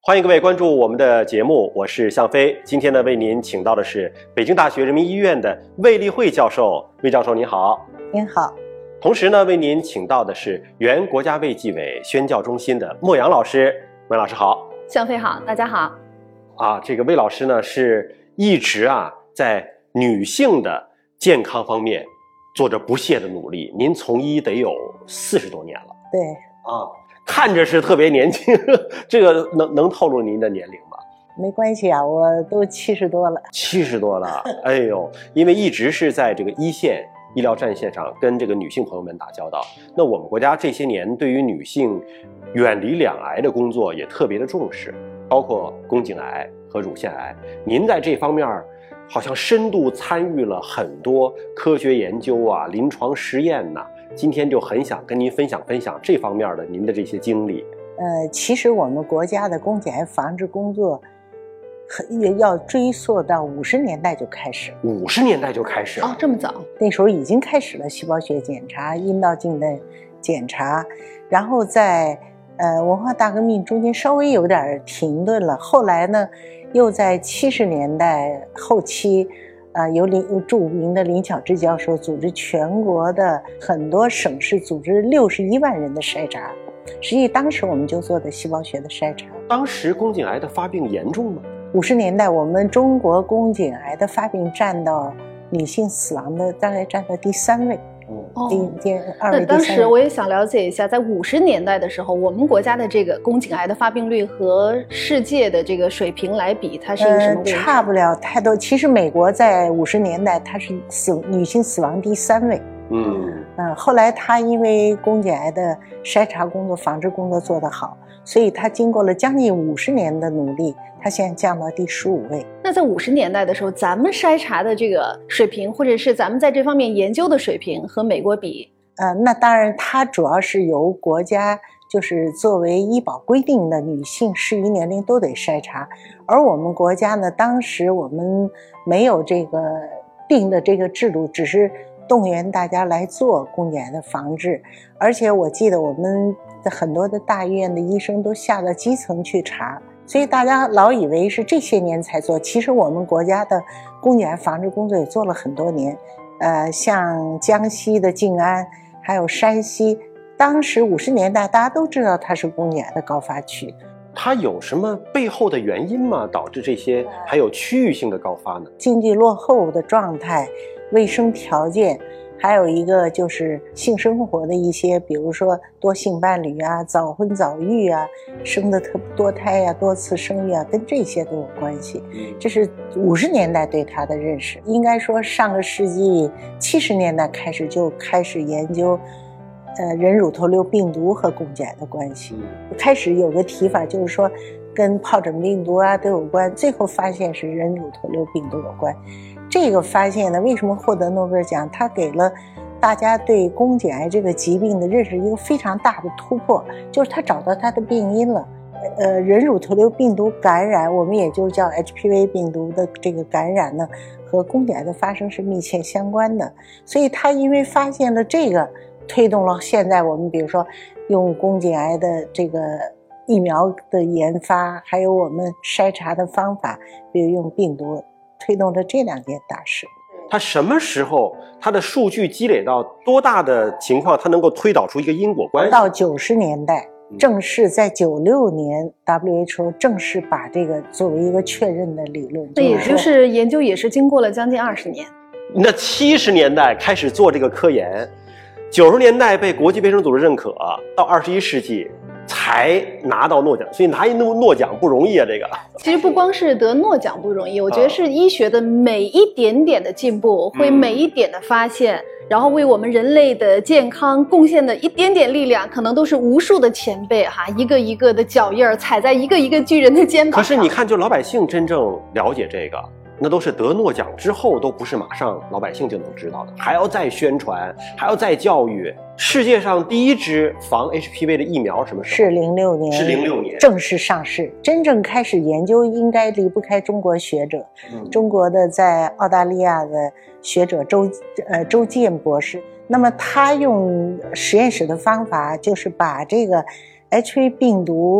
欢迎各位关注我们的节目，我是向飞。今天呢，为您请到的是北京大学人民医院的魏立慧教授。魏教授您好。 您好。 同时呢，为您请到的是原国家卫计委宣教中心的莫阳老师。莫阳老师好。 向飞好，大家好。 这个魏老师呢，是一直在女性的健康方面做着不懈的努力。您从医得有40多年了。 对。 看着是特别年轻，这个能透露您的年龄吗？ 没关系啊，我都70多了。 70多了，哎呦，因为一直是在这个一线医疗战线上跟这个女性朋友们打交道。那我们国家这些年对于女性远离两癌的工作也特别的重视，包括宫颈癌和乳腺癌。您在这方面好像深度参与了很多科学研究临床实验今天就很想跟您分享这方面的您的这些经历。 其实我们国家的宫颈癌防治工作要追溯到50年代就开始。 50年代就开始了？ 这么早？ 那时候已经开始了细胞学检查、阴道镜的检查，然后在文化大革命中间稍微有点停顿了。后来呢，又在70年代后期由著名的林巧稚教授组织全国的很多省市组织61万人的筛查。实际当时我们就做的细胞学的筛查。当时宫颈癌的发病严重吗 ？50年代我们中国宫颈癌的发病占到女性死亡的大概占到第3位。 那当时我也想了解一下，在50年代的时候，我们国家的这个宫颈癌的发病率和世界的这个水平来比，它是一个什么位置？ 差不了太多。其实美国在50年代它是女性死亡第3位。后来它因为宫颈癌的筛查工作、防治工作做得好，所以它经过了将近50年的努力，它现在降到第15位。 那在50年代的时候，咱们筛查的这个水平，或者是咱们在这方面研究的水平和美国比？ 那当然它主要是由国家就是作为医保规定的女性适宜年龄都得筛查，而我们国家呢，当时我们没有这个定的这个制度，只是动员大家来做宫颈癌的防治。而且我记得我们的很多的大医院的医生都下到基层去查，所以大家老以为是这些年才做，其实我们国家的宫颈癌防治工作也做了很多年。像江西的静安还有山西，当时50年代大家都知道它是宫颈癌的高发区。 它有什么背后的原因吗？导致这些还有区域性的高发呢？ 经济落后的状态、卫生条件，还有一个就是性生活的一些，比如说多性伴侣早婚早育生的多胎多次生育跟这些都有关系。这是50年代对它的认识。应该说上个世纪70年代就开始研究人乳头瘤病毒和宫颈癌的关系。开始有个提法就是说跟疱疹病毒都有关，最后发现是人乳头瘤病毒有关。这个发现呢，为什么获得诺贝尔奖？它给了大家对宫颈癌这个疾病的认识一个非常大的突破，就是它找到它的病因了。人乳头瘤病毒感染，我们也就叫 HPV 病毒的这个感染呢，和宫颈癌的发生是密切相关的。所以它因为发现了这个，推动了现在我们比如说用宫颈癌的这个疫苗的研发，还有我们筛查的方法，比如用病毒，推动了这2件大事。 它什么时候它的数据积累到多大的情况，它能够推导出一个因果关系？ 到90年代正式在96年 WHO 正式把这个作为一个确认的理论。 那也就是研究也是经过了将近20年。 那70年代开始做这个科研，90年代被国际卫生组织认可，到21世纪才拿到诺奖，所以拿一诺奖不容易这个。 其实不光是得诺奖不容易，我觉得是医学的每一点点的进步，会每一点的发现，然后为我们人类的健康贡献的一点点力量，可能都是无数的前辈一个一个的脚印踩在一个一个巨人的肩膀上。 可是你看，就老百姓真正了解这个，那都是得诺奖之后，都不是马上老百姓就能知道的，还要再宣传，还要再教育。世界上第一支防 HPV 的疫苗什么时候？ 是06年， 是06年正式上市。真正开始研究应该离不开中国学者，中国的在澳大利亚的学者周健博士。那么他用实验室的方法，就是把这个 HPV 病毒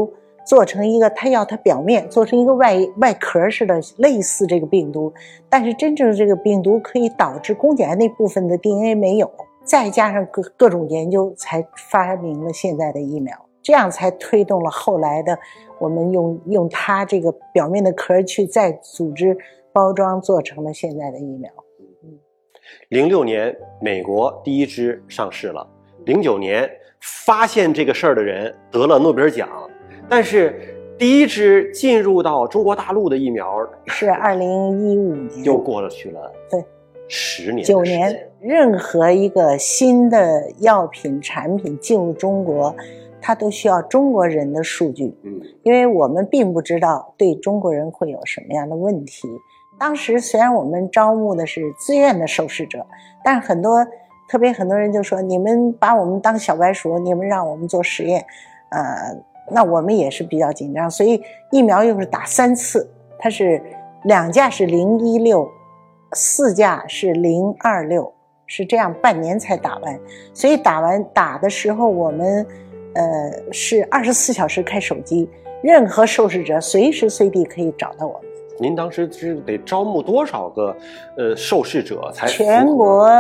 做成一个，它表面做成一个外壳似的，类似这个病毒，但是真正这个病毒可以导致宫颈癌那部分的 DNA 没有，再加上各种研究才发明了现在的疫苗，这样才推动了后来的我们用它这个表面的壳去再组织包装做成了现在的疫苗。 06年美国第一支上市了，09年发现这个事儿的人得了诺贝尔奖，但是第一支进入到中国大陆的疫苗是2015年， 又过了去了， 对 ，10年 9年。任何一个新的药品产品进入中国，它都需要中国人的数据，因为我们并不知道对中国人会有什么样的问题。当时虽然我们招募的是自愿的受试者，但很多人就说，你们把我们当小白鼠，你们让我们做实验，那我们也是比较紧张，所以疫苗又是打3次，它是2价是016，4价是026，是这样半年才打完。所以打的时候，我们是24小时开手机，任何受试者随时随地可以找到我们。 您当时是得招募多少个受试者才？ 全国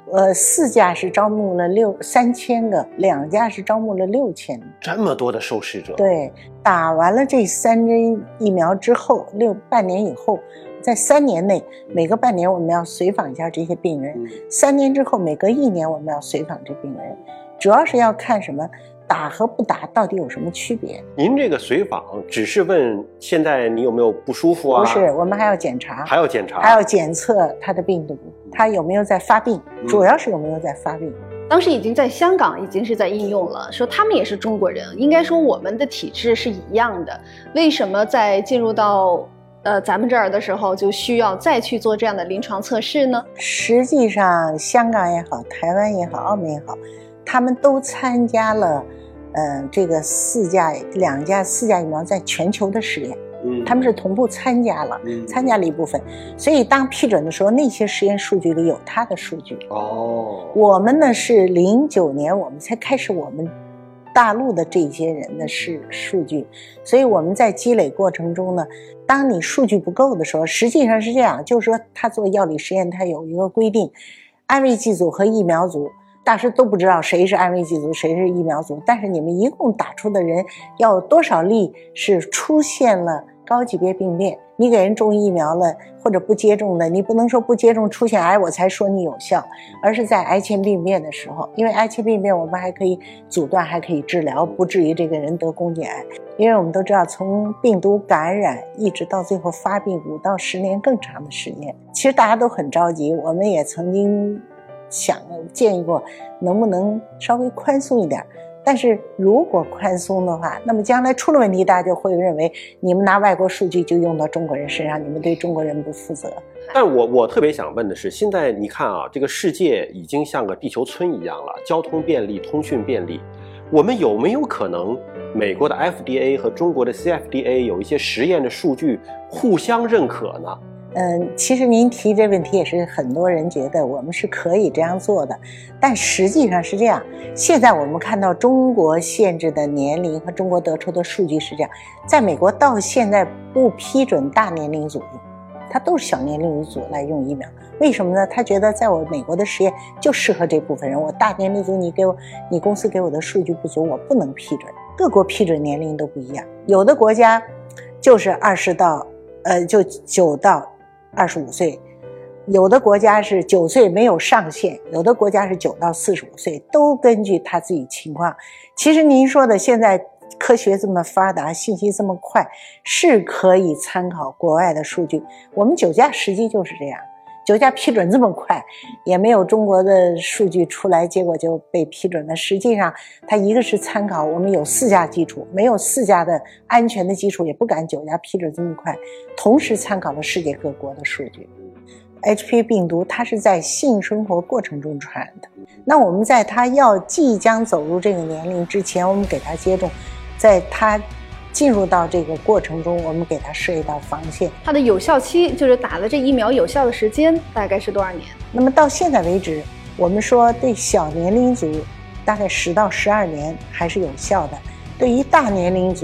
4价是招募了3000个，2价是招募了6000个， 这么多的受试者。 对，打完了这3针疫苗之后，半年以后，在3年内，每隔半年我们要随访一下这些病人，3年之后每隔1年我们要随访这病人，主要是要看什么？打和不打到底有什么区别？ 您这个随访只是问现在你有没有不舒服啊？ 不是，我们还要检查， 还要检查， 还要检测它的病毒，它有没有在发病，主要是有没有在发病。 当时已经在香港已经是在应用了，说他们也是中国人，应该说我们的体质是一样的，为什么在进入到咱们这儿的时候就需要再去做这样的临床测试呢？ 实际上香港也好，台湾也好，澳门也好，他们都参加了这个2价4价疫苗在全球的实验，他们是同步参加了，参加了一部分，所以当批准的时候，那些实验数据里有它的数据。我们呢是09年我们才开始我们大陆的这些人的数据，所以我们在积累过程中呢，当你数据不够的时候，实际上是这样，就是说他做药理实验，他有一个规定，安慰剂组和疫苗组大师都不知道谁是安慰剂组谁是疫苗组，但是你们一共打出的人要有多少例是出现了高级别病变，你给人种疫苗了或者不接种的，你不能说不接种出现癌我才说你有效，而是在癌前病变的时候，因为癌前病变我们还可以阻断，还可以治疗，不至于这个人得宫颈癌。因为我们都知道从病毒感染一直到最后发病5到10年更长的时间，其实大家都很着急，我们也曾经建议过能不能稍微宽松一点，但是如果宽松的话，那么将来出了问题，大家就会认为你们拿外国数据就用到中国人身上，你们对中国人不负责。 但我特别想问的是，现在你看啊，这个世界已经像个地球村一样了，交通便利，通讯便利，我们有没有可能美国的 FDA 和中国的 CFDA 有一些实验的数据互相认可呢？ 其实您提这问题也是很多人觉得我们是可以这样做的，但实际上是这样，现在我们看到中国限制的年龄和中国得出的数据是这样，在美国到现在不批准大年龄组用，它都是小年龄组来用疫苗。为什么呢？他觉得在我美国的实验就适合这部分人，我大年龄组你公司给我的数据不足，我不能批准。各国批准年龄都不一样，有的国家就是9到25岁，有的国家是9岁没有上限，有的国家是9到45岁，都根据他自己情况。其实您说的现在科学这么发达，信息这么快，是可以参考国外的数据。我们9价实际就是这样，9价批准这么快，也没有中国的数据出来，结果就被批准了。实际上它一个是参考我们有4价基础，没有4价的安全的基础，也不敢9价批准这么快，同时参考了世界各国的数据。HPV 病毒它是在性生活过程中传染的，那我们在它即将走入这个年龄之前，我们给它接种，在它进入到这个过程中，我们给它设一道防线。 它的有效期就是打了这疫苗有效的时间大概是多少年？ 那么到现在为止，我们说对小年龄组大概10到12年还是有效的，对于大年龄组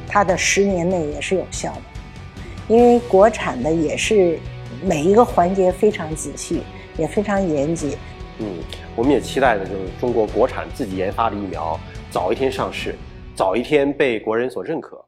它的10年内也是有效的，因为国产的也是每一个环节非常仔细，也非常严谨。 我们也期待的就是中国国产自己研发的疫苗早一天上市，早一天被国人所认可。